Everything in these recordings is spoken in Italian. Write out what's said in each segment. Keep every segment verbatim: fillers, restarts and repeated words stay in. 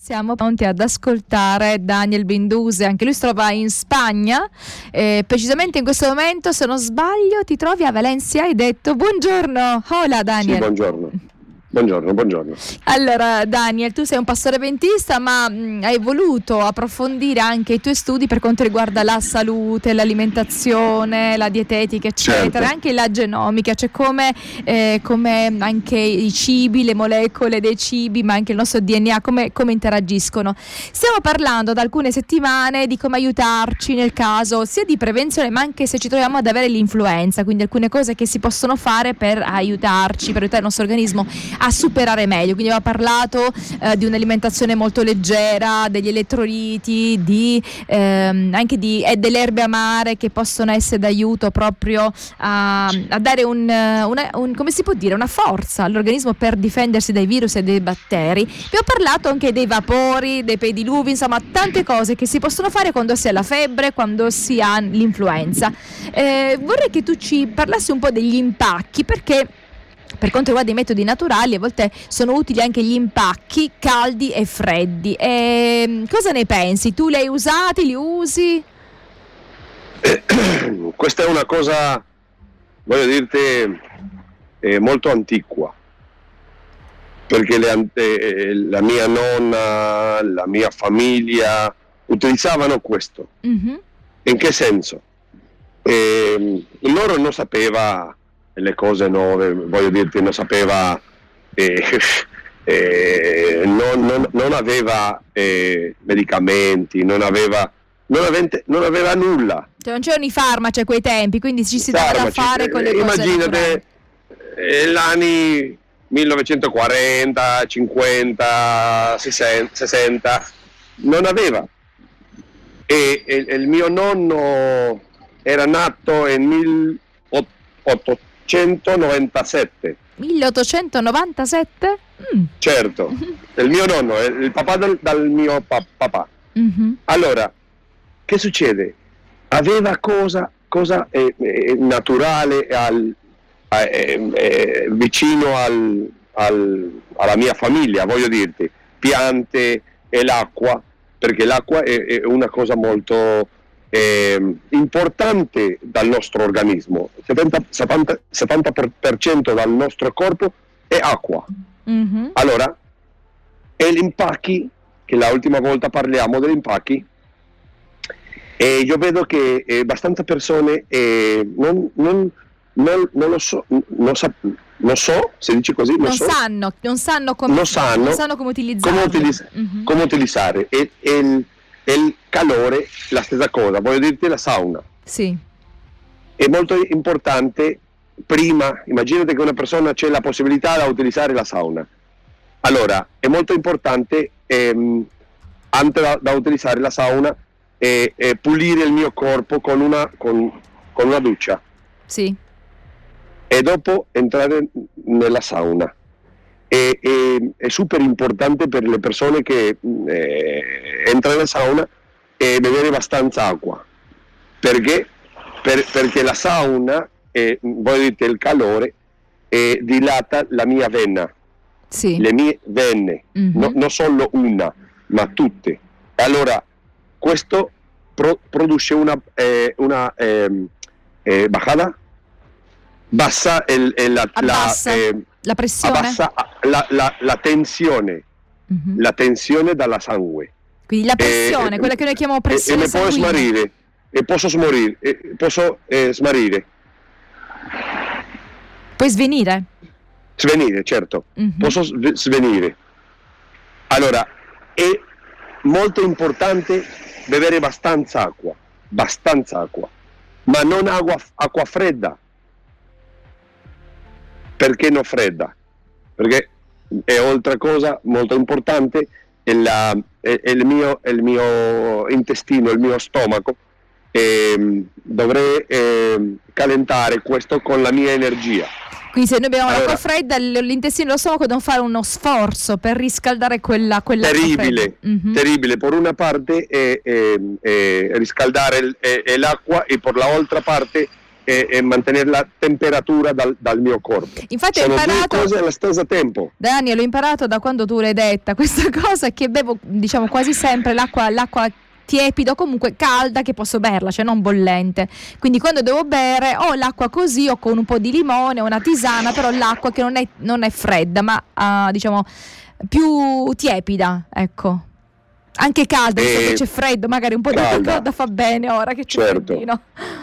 Siamo pronti ad ascoltare Daniel Binduse, anche lui si trova in Spagna, eh, precisamente in questo momento, se non sbaglio, ti trovi a Valencia, hai detto. Buongiorno, hola Daniel. Sì, buongiorno. Buongiorno, buongiorno. Allora Daniel, tu sei un pastore adventista, ma mh, hai voluto approfondire anche i tuoi studi per quanto riguarda la salute, l'alimentazione, la dietetica, eccetera, certo. Anche la genomica, cioè come, eh, come anche i cibi, le molecole dei cibi, ma anche il nostro D N A, come, come interagiscono. Stiamo parlando da alcune settimane di come aiutarci nel caso sia di prevenzione, ma anche se ci troviamo ad avere l'influenza, quindi alcune cose che si possono fare per aiutarci, per aiutare il nostro organismo a superare meglio. Quindi abbiamo parlato eh, di un'alimentazione molto leggera, degli elettroliti, di, ehm, anche di, e delle erbe amare che possono essere d'aiuto proprio a, a dare un, una, un, come si può dire, una forza all'organismo per difendersi dai virus e dai batteri. Abbiamo parlato anche dei vapori, dei pediluvi, insomma tante cose che si possono fare quando si ha la febbre, quando si ha l'influenza. Eh, vorrei che tu ci parlassi un po' degli impacchi, perché per quanto riguarda i metodi naturali a volte sono utili anche gli impacchi caldi e freddi. E cosa ne pensi? Tu li hai usati, li usi? Eh, questa è una cosa, voglio dirti, eh, molto antiqua, perché le, eh, la mia nonna, la mia famiglia utilizzavano questo. Mm-hmm. In che senso? Eh, loro non sapeva le cose nuove, voglio dirti, non sapeva, eh, eh, non, non, non aveva eh, medicamenti, non aveva, non, avente, non aveva nulla. Cioè non c'erano i farmaci a quei tempi, quindi ci si dava da fare con le cose immaginate eh, gli anni millenovecentoquaranta, cinquanta, sessanta, non aveva. E, e, e il mio nonno era nato nel milleottocento milleottocentonovantasette. milleottocentonovantasette? Mm. Certo, il mio nonno è il papà del, del mio pa- papà. Mm-hmm. Allora, che succede? Aveva cosa, cosa eh, eh, naturale al, eh, eh, vicino al, al, alla mia famiglia, voglio dirti, piante e l'acqua, perché l'acqua è, è una cosa molto Eh, importante dal nostro organismo. settanta, settanta, settanta per cento dal nostro corpo è acqua. Mm-hmm. Allora, e gli impacchi, che la ultima volta parliamo degli impacchi, e io vedo che eh, abbastanza persone eh, non, non, non, non lo so, non, sa, non so se dice così, non, non so, sanno, non sanno come, non sanno, non sanno come utilizzare, come, utilizz- mm-hmm. come utilizzare e, e il, e il calore, la stessa cosa, voglio dirti la sauna. Sì. È molto importante, prima, immaginate che una persona c'è la possibilità di utilizzare la sauna. Allora, è molto importante, ehm, anche da, da utilizzare la sauna, eh, eh, pulire il mio corpo con una, con, con una doccia. Sì. E dopo entrare nella sauna. E, e, è super importante per le persone che eh, entrano nella sauna e bere abbastanza acqua, perché per, perché la sauna eh, voglio dire, il calore eh, dilata la mia vena, sì. Le mie vene, mm-hmm. no, non solo una ma tutte. Allora questo pro, produce una, eh, una eh, eh, bajada bassa el, el, la, abbassa la, eh, la pressione, abbassa la, la, la tensione, mm-hmm. la tensione dalla sangue. Quindi la pressione, eh, quella che noi chiamiamo pressione e, e sanguigna. E mi può smarrire, e posso smorire, e posso eh, smarrire. Puoi svenire? Svenire, certo, mm-hmm. posso svenire. Allora, è molto importante bere abbastanza acqua, abbastanza acqua, ma non acqua, acqua fredda. Perché non fredda? Perché è altra cosa molto importante, è, la, è, è il, mio, è il mio intestino, il mio stomaco, e dovrei eh, calentare questo con la mia energia. Quindi se noi beviamo allora, l'acqua fredda, l'intestino e lo stomaco devono fare uno sforzo per riscaldare quella, quella terribile, mm-hmm. terribile. Per una parte è, è, è riscaldare l, è, è l'acqua e per l'altra parte e, e mantenere la temperatura dal, dal mio corpo. Infatti sono ho imparato, due cose allo stesso tempo. Daniel, l'ho imparato da quando tu l'hai detta questa cosa, che bevo diciamo quasi sempre l'acqua, l'acqua tiepida o comunque calda, che posso berla, cioè non bollente. Quindi quando devo bere o l'acqua così o con un po' di limone o una tisana, però l'acqua che non è, non è fredda, ma uh, diciamo più tiepida, ecco. Anche calda, visto che c'è freddo, magari un po' di acqua calda fa bene ora che c'è certo. freddino.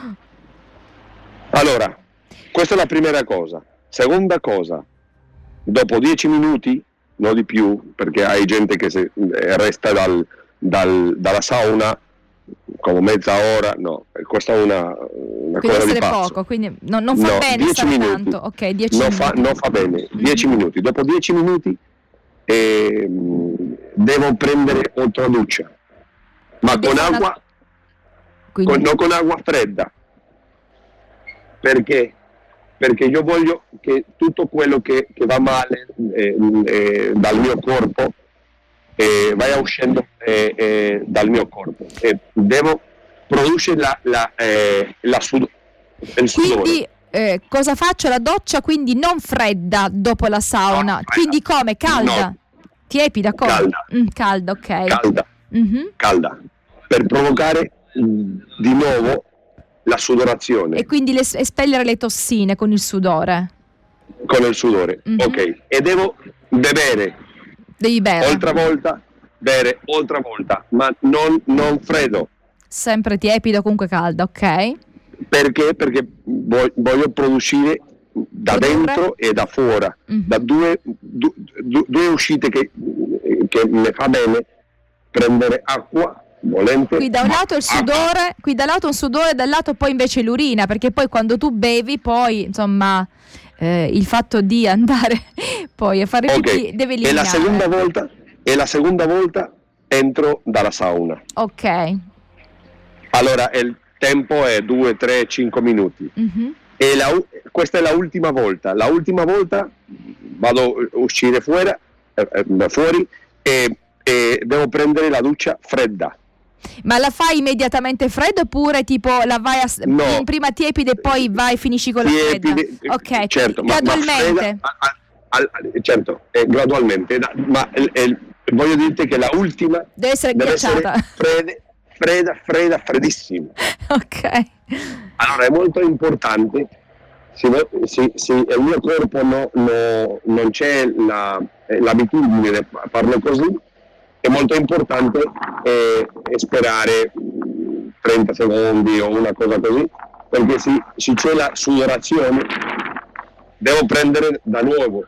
Allora, questa è la prima cosa. Seconda cosa, dopo dieci minuti, non di più, perché hai gente che se, resta dal, dal, dalla sauna come mezza ora, no, questa è una, una cosa di pazzo. Poco, quindi non, non fa no, bene stare tanto. Ok, dieci non minuti. Fa, non fa bene, dieci mm-hmm. minuti. Dopo dieci minuti eh, devo prendere un'altra doccia, ma con acqua, una... Quindi... con, non con acqua fredda. Perché? Perché io voglio che tutto quello che, che va male eh, eh, dal mio corpo eh, vaya uscendo eh, eh, dal mio corpo. Eh, devo produrre la, la, eh, la sud- il sudore. Quindi eh, cosa faccio? La doccia quindi non fredda dopo la sauna, no, quindi come? Calda? No. Tiepida? Come? Calda. Mm, calda, ok. Calda. Mm-hmm. Calda. Per provocare mh, di nuovo la sudorazione. E quindi le, espellere le tossine con il sudore. Con il sudore, mm-hmm. ok. E devo bere. Devi bere. Oltre volta, bere oltre volta, ma non, non freddo. Sempre tiepido, comunque calda, ok. Perché? Perché voglio produrre da Produrre. dentro e da fuori, mm-hmm. da due, du, du, due uscite che, che mi fa bene prendere acqua. Volente, qui da un lato il sudore, qui da un lato un sudore, dal lato poi invece l'urina, perché poi quando tu bevi poi insomma eh, il fatto di andare poi a fare okay. pipì deve eliminare. E la seconda volta e la seconda volta entro dalla sauna. Ok. Allora il tempo è due, tre, cinque minuti. Mm-hmm. E la, questa è la ultima volta. La ultima volta vado a uscire fuori, eh, fuori e, e devo prendere la doccia fredda. Ma la fai immediatamente fredda oppure tipo la vai a no. prima tiepida e poi vai e finisci con la fredda? Ok, certo, gradualmente. Ma, ma fredda, al, al, certo, eh, gradualmente, ma eh, eh, voglio dirti che la ultima deve essere deve ghiacciata. Essere fredda, fredda, fredda, freddissima. Ok. Allora è molto importante, se, se, se il mio corpo no, no, non c'è la, l'abitudine di farlo così, è molto importante eh, sperare trenta secondi o una cosa così, perché se, se c'è la sudorazione devo prendere da nuovo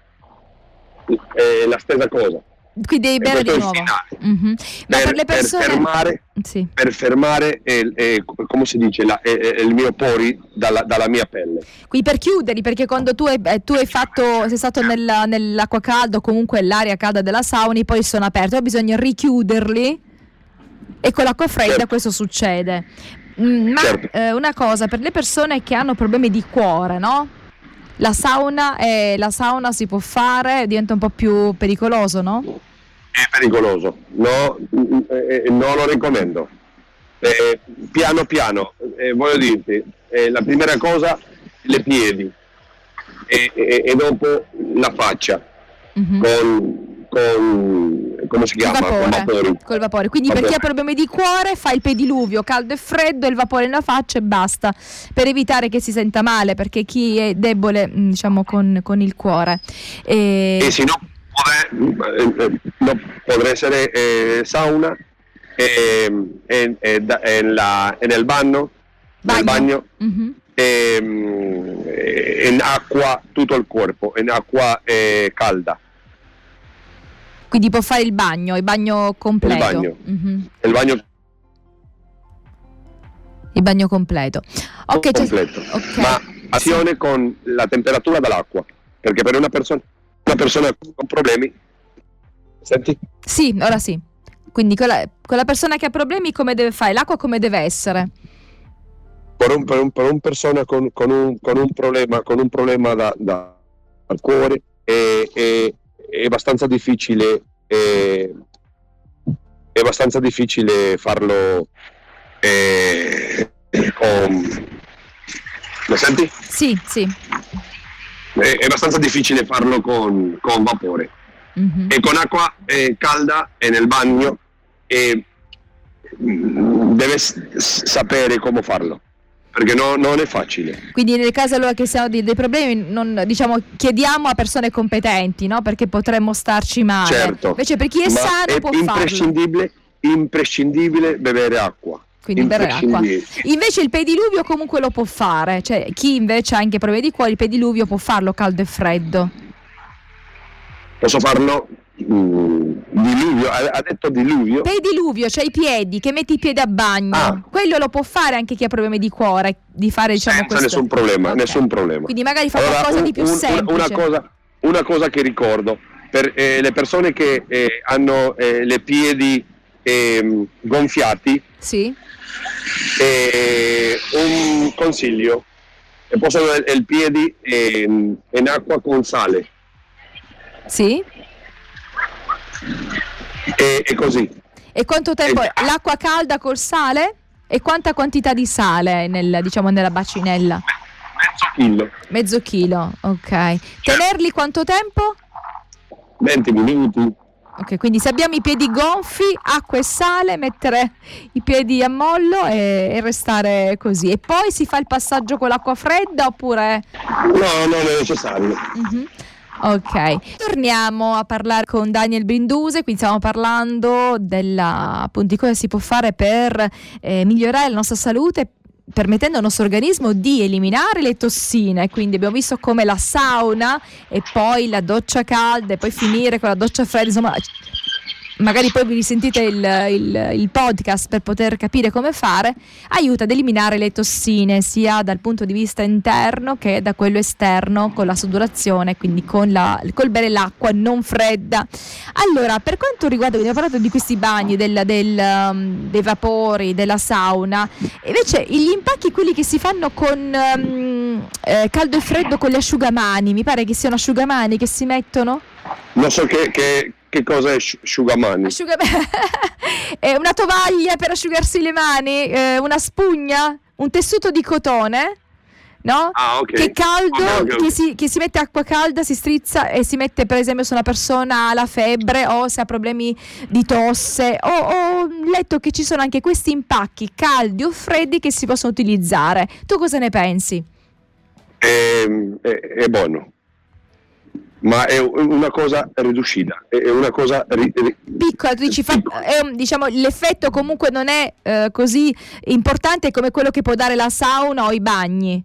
eh, la stessa cosa. Quindi devi bere di nuovo. Mm-hmm. Ma per, per le persone per fermare, sì. per fermare eh, eh, come si dice la, eh, il mio pori dalla, dalla mia pelle. Quindi per chiuderli, perché quando tu hai, tu hai fatto sei stato nel, nell'acqua calda o comunque l'aria calda della sauna, poi sono aperti, bisogna richiuderli e con l'acqua fredda certo. questo succede. Mm, ma certo. eh, una cosa, per le persone che hanno problemi di cuore, no? La sauna, eh, la sauna si può fare, diventa un po' più pericoloso, no? È pericoloso, no, eh, non lo raccomando. Eh, piano piano, eh, voglio dirti, eh, la prima cosa le piedi e, e, e dopo la faccia mm-hmm. con, con come si chiama? Vapore, con vapore. Col vapore. Quindi vapore. Per chi ha problemi di cuore fa il pediluvio caldo e freddo, il vapore nella faccia e basta, per evitare che si senta male, perché chi è debole diciamo con, con il cuore e, e se no Potrei, eh, no, potrei essere eh, sauna e, e, e, e, la, e nel bagno, bagno. Nel bagno mm-hmm. e, e in acqua tutto il corpo, in acqua eh, calda. Quindi può fare il bagno, il bagno completo. Il bagno, mm-hmm. il bagno, il bagno completo. Okay, completo. Okay. Ma azione sì. Con la temperatura dell'acqua, perché per una persona una persona con problemi. Senti? Sì, ora sì. Quindi quella, quella persona che ha problemi come deve fare? L'acqua come deve essere? Per un, per un, per un persona con, con, un, con un problema con un problema da, da, al cuore è, è, è abbastanza difficile è, è abbastanza difficile farlo eh, con Lo senti? Sì, sì. È, è abbastanza difficile farlo con, con vapore. Mm-hmm. E con acqua eh, calda e nel bagno e mh, deve s- sapere come farlo, perché no, non è facile. Quindi nel caso allora che siano dei, dei problemi, non, diciamo, chiediamo a persone competenti, no? Perché potremmo starci male. Certo. Invece per chi è Ma sano è può imprescindibile, farlo. imprescindibile bere acqua. Quindi bere acqua. Invece il pediluvio comunque lo può fare, cioè chi invece ha anche problemi di cuore, il pediluvio può farlo caldo e freddo. Posso farlo mm, diluvio, ha detto diluvio? Pediluvio, cioè i piedi, che metti i piedi a bagno. Ah. Quello lo può fare anche chi ha problemi di cuore, di fare diciamo senza questo. nessun problema, okay. nessun problema. Quindi magari fa allora, qualcosa un, di più un, semplice. Una cosa, una cosa che ricordo, per eh, le persone che eh, hanno eh, le piedi eh, gonfiati, sì. eh, un consiglio, possono il, il piedi eh, in acqua con sale. Sì. E, e così. E quanto tempo? E... l'acqua calda col sale? E quanta quantità di sale nel, diciamo, nella bacinella? Mezzo chilo. Mezzo chilo, ok. Cioè. Tenerli quanto tempo? venti minuti. Ok, quindi se abbiamo i piedi gonfi, acqua e sale, mettere i piedi a mollo e, e restare così. E poi si fa il passaggio con l'acqua fredda oppure? No, non è necessario. Mm-hmm. Ok, torniamo a parlare con Daniel Brinduse, quindi stiamo parlando della, appunto, di cosa si può fare per eh, migliorare la nostra salute, permettendo al nostro organismo di eliminare le tossine. Quindi abbiamo visto come la sauna e poi la doccia calda e poi finire con la doccia fredda, insomma magari poi vi risentite il, il, il podcast per poter capire come fare, aiuta ad eliminare le tossine sia dal punto di vista interno che da quello esterno con la sudorazione, quindi con la, col bere l'acqua non fredda. Allora, per quanto riguarda, abbiamo parlato di questi bagni, del, del, um, dei vapori, della sauna, invece gli impacchi, quelli che si fanno con um, eh, caldo e freddo con gli asciugamani, mi pare che siano asciugamani che si mettono? Non so che... che... Che cosa è asciugamani? Asciuga... è una tovaglia per asciugarsi le mani, eh, una spugna, un tessuto di cotone, no? Ah, okay. Che è caldo, okay, okay, okay. Che, si, che si mette acqua calda, si strizza e si mette, per esempio, se una persona ha la febbre o se ha problemi di tosse. Ho, ho letto che ci sono anche questi impacchi caldi o freddi che si possono utilizzare. Tu cosa ne pensi? È, è, è buono. Ma è una cosa riducita, è una cosa ri, ri, piccola, tu dici, fa, è, diciamo, l'effetto comunque non è eh, così importante come quello che può dare la sauna o i bagni.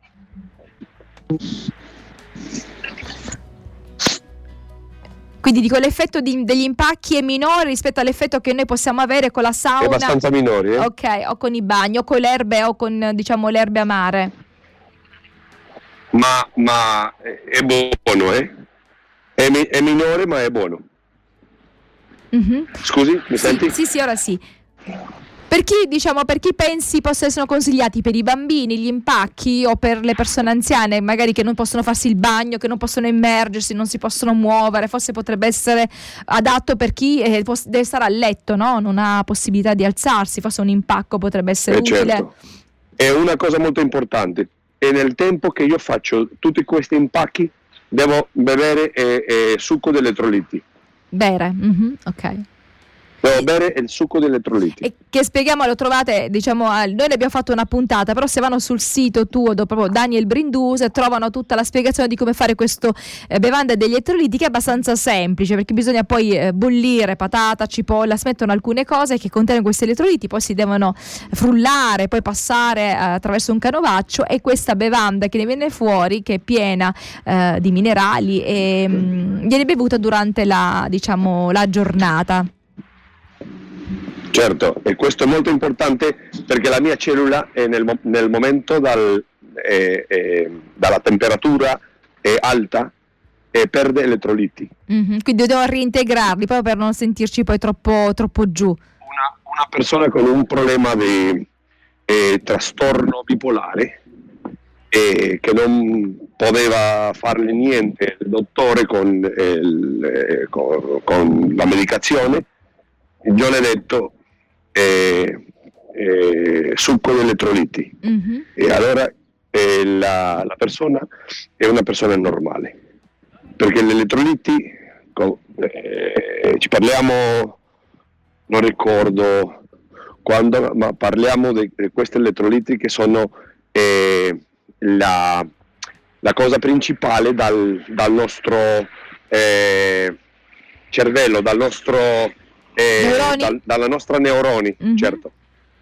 Quindi dico, l'effetto di, degli impacchi è minore rispetto all'effetto che noi possiamo avere con la sauna. È abbastanza minore, eh? Ok, o con i bagni, o con le erbe, o con, diciamo, le erbe amare. Ma, ma è buono, eh? È, mi, è minore, ma è buono. Mm-hmm. Scusi, mi sì, senti? Sì, sì, ora sì. Per chi, diciamo, per chi pensi possa essere consigliati per i bambini gli impacchi o per le persone anziane, magari che non possono farsi il bagno, che non possono immergersi, non si possono muovere, forse potrebbe essere adatto per chi eh, può, deve stare a letto, no? Non ha possibilità di alzarsi, forse un impacco potrebbe essere eh, utile. Certo. È una cosa molto importante. E nel tempo che io faccio tutti questi impacchi devo bere eh, eh, succo di elettroliti. Bere, mm-hmm, ok. Devo bere il succo di elettroliti. E che spieghiamo, lo trovate, diciamo, noi ne abbiamo fatto una puntata, però se vanno sul sito tuo, proprio Daniel Brinduse, trovano tutta la spiegazione di come fare questo eh, bevanda degli elettroliti, che è abbastanza semplice, perché bisogna poi eh, bollire patata, cipolla, si mettono alcune cose che contengono questi elettroliti, poi si devono frullare, poi passare eh, attraverso un canovaccio, e questa bevanda che ne viene fuori, che è piena eh, di minerali, e mh, viene bevuta durante la, diciamo, la giornata. Certo, e questo è molto importante perché la mia cellula è nel, nel momento dal, eh, eh, dalla temperatura è alta e perde elettroliti. Mm-hmm, quindi devo reintegrarli proprio per non sentirci poi troppo, troppo giù. Una, una persona con un problema di eh, trastorno bipolare e che non poteva farle niente il dottore con, eh, il, eh, con, con la medicazione, io le ho detto eh, eh, succo di elettroliti, mm-hmm. E allora eh, la, la persona è una persona normale, perché gli elettroliti, eh, ci parliamo, non ricordo quando, ma parliamo di questi elettroliti che sono eh, la, la cosa principale dal, dal nostro eh, cervello, dal nostro eh, dal, dalla nostra neuroni, mm-hmm. certo.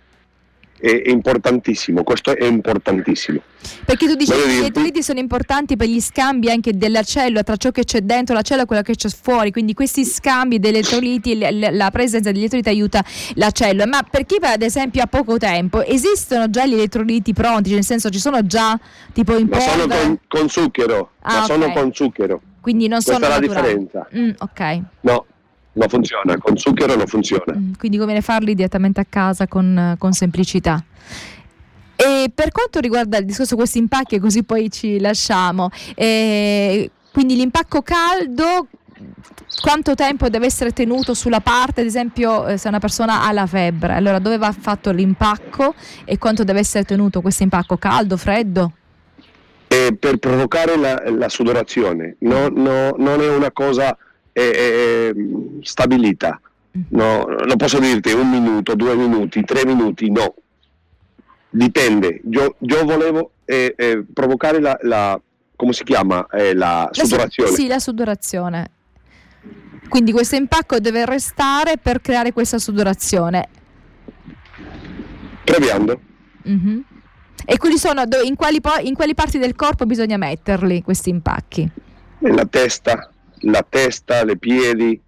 È importantissimo, questo è importantissimo. Perché tu dici Voglio che gli elettroliti sono importanti per gli scambi anche della cellula, tra ciò che c'è dentro la cellula e quello che c'è fuori, quindi questi scambi di elettroliti, la presenza degli elettroliti aiuta la cellula. Ma per chi ad esempio ha poco tempo, esistono già gli elettroliti pronti, nel senso ci sono già tipo in ma polvere? sono con, con zucchero, ah, ma okay. sono con zucchero. Quindi non Questa sono è la naturali. differenza. Mm, ok. No. Non funziona, con zucchero non funziona. Mm, quindi conviene farli direttamente a casa con, con semplicità. E per quanto riguarda il discorso questi impacchi, così poi ci lasciamo, eh, quindi l'impacco caldo, quanto tempo deve essere tenuto sulla parte, ad esempio eh, se una persona ha la febbre, allora dove va fatto l'impacco e quanto deve essere tenuto questo impacco, caldo, freddo? Eh, per provocare la, la sudorazione, no, no, non è una cosa eh, stabilita, no, non posso dirti un minuto, due minuti, tre minuti, no. Dipende, io, io volevo eh, eh, provocare la, la, come si chiama, eh, la sudorazione. La su- sì, la sudorazione. Quindi questo impacco deve restare per creare questa sudorazione. Previando. Mm-hmm. E quelli sono, in quali, po- in quali parti del corpo bisogna metterli questi impacchi? La testa, la testa, le piedi.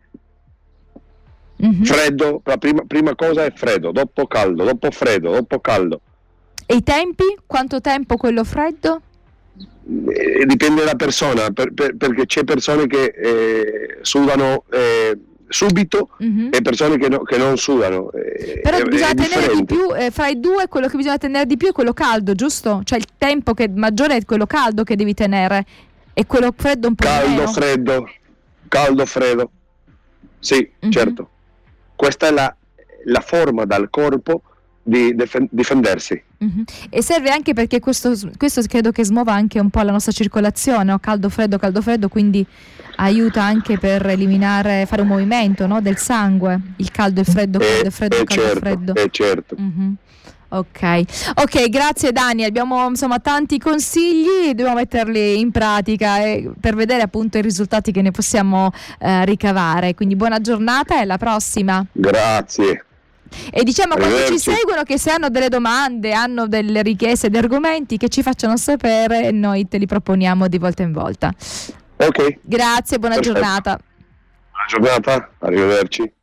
Mm-hmm. Freddo, la prima, prima cosa è freddo, dopo caldo, dopo freddo, dopo caldo. E i tempi? Quanto tempo quello freddo? Eh, dipende dalla persona, per, per, perché c'è persone che eh, sudano eh, subito mm-hmm. e persone che, no, che non sudano. Eh, Però è, bisogna è tenere differente. di più, eh, fra i due quello che bisogna tenere di più è quello caldo, giusto? Cioè il tempo che maggiore è quello caldo che devi tenere e quello freddo un po' caldo, meno. Caldo, freddo, caldo, freddo. Sì, mm-hmm. certo. Questa è la, la forma dal corpo di def- difendersi. Mm-hmm. E serve anche perché questo, questo credo che smuova anche un po' la nostra circolazione, no? Caldo freddo caldo freddo, quindi aiuta anche per eliminare, fare un movimento, no? Del sangue, il caldo e il freddo, caldo e freddo, eh, caldo certo, e freddo. Eh certo. Mm-hmm. Ok, ok, grazie Dani, abbiamo insomma tanti consigli, dobbiamo metterli in pratica eh, per vedere appunto i risultati che ne possiamo eh, ricavare, quindi buona giornata e alla prossima. Grazie. E diciamo a quando ci seguono che se hanno delle domande, hanno delle richieste di argomenti che ci facciano sapere e noi te li proponiamo di volta in volta. Ok. Grazie, buona Perfetto. giornata. Buona giornata, arrivederci.